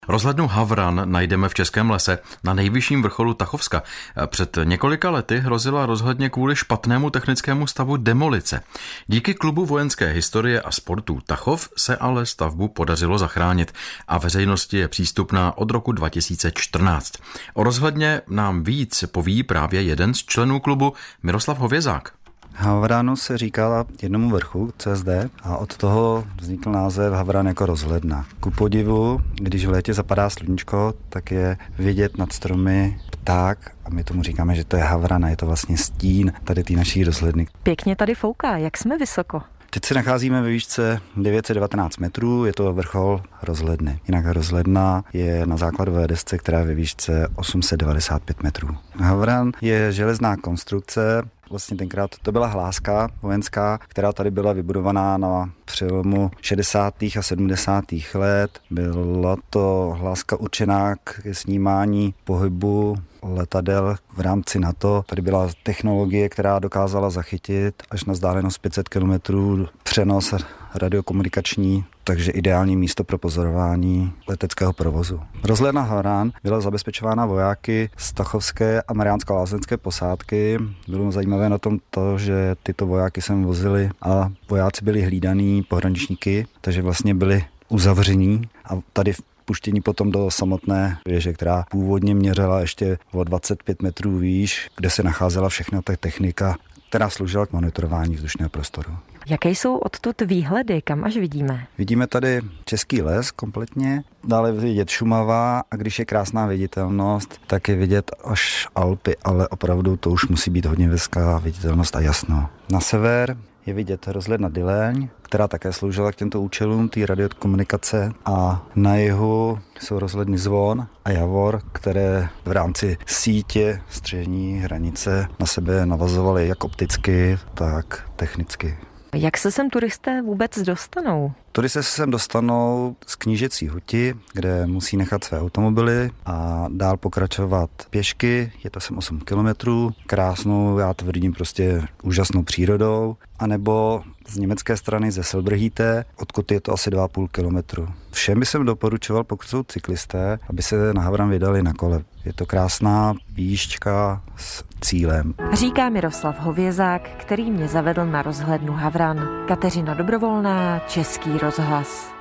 Rozhlednu Havran najdeme v Českém lese na nejvyšším vrcholu Tachovska. Před několika lety hrozila rozhledně kvůli špatnému technickému stavu demolice. Díky Klubu vojenské historie a sportů Tachov se ale stavbu podařilo zachránit a veřejnosti je přístupná od roku 2014. O rozhledně nám víc poví právě jeden z členů klubu, Miroslav Hovězák. Havranu se říká jednomu vrchu CSD a od toho vznikl název Havran jako rozhledna. Ku podivu, když v létě zapadá sluníčko, tak je vidět nad stromy pták a my tomu říkáme, že to je Havran a je to vlastně stín tady té naší rozhledny. Pěkně tady fouká, jak jsme vysoko? Teď se nacházíme ve výšce 919 metrů, je to vrchol rozhledny. Jinak rozhledna je na základové desce, která je ve výšce 895 metrů. Havran je železná konstrukce. Vlastně tenkrát to byla hláska vojenská, která tady byla vybudovaná na přelomu 60. a 70. let. Byla to hláska určená k snímání pohybu letadel v rámci NATO. Tady byla technologie, která dokázala zachytit až na vzdálenost 500 km přenos radiokomunikační, takže ideální místo pro pozorování leteckého provozu. Rozhledna Havran byla zabezpečována vojáky z Tachovské a Mariánsko-Lázeňské posádky. Bylo zajímavé na tom to, že tyto vojáky sem vozili a vojáci byli hlídaní pohraničníky, takže vlastně byli uzavření a tady puštění potom do samotné věže, která původně měřila ještě o 25 metrů výš, kde se nacházela všechna ta technika, která sloužila k monitorování vzdušného prostoru. Jaké jsou odtud výhledy, kam až vidíme? Vidíme tady Český les kompletně, dále vidět Šumava a když je krásná viditelnost, tak je vidět až Alpy, ale opravdu to už musí být hodně hezká viditelnost a jasno. Na sever je vidět rozhledna Dyleň, která také sloužila k těmto účelům, té radiokomunikace, a na jihu jsou rozhledny Zvon a Javor, které v rámci sítě střežní hranice na sebe navazovaly jak opticky, tak technicky. Jak se sem turisté vůbec dostanou? Turisté se sem dostanou z Knížecí Huti, kde musí nechat své automobily a dál pokračovat pěšky. Je to sem 8 kilometrů, krásnou, já tvrdím, prostě úžasnou přírodou, anebo z německé strany ze Silberhütte, odkud je to asi 2,5 kilometru. Všem bych jsem doporučoval, pokud jsou cyklisté, aby se na Havran vydali na kole. Je to krásná výška s cílem. Říká Miroslav Hovězák, který mě zavedl na rozhlednu Havran. Kateřina Dobrovolná, Český rozhlas.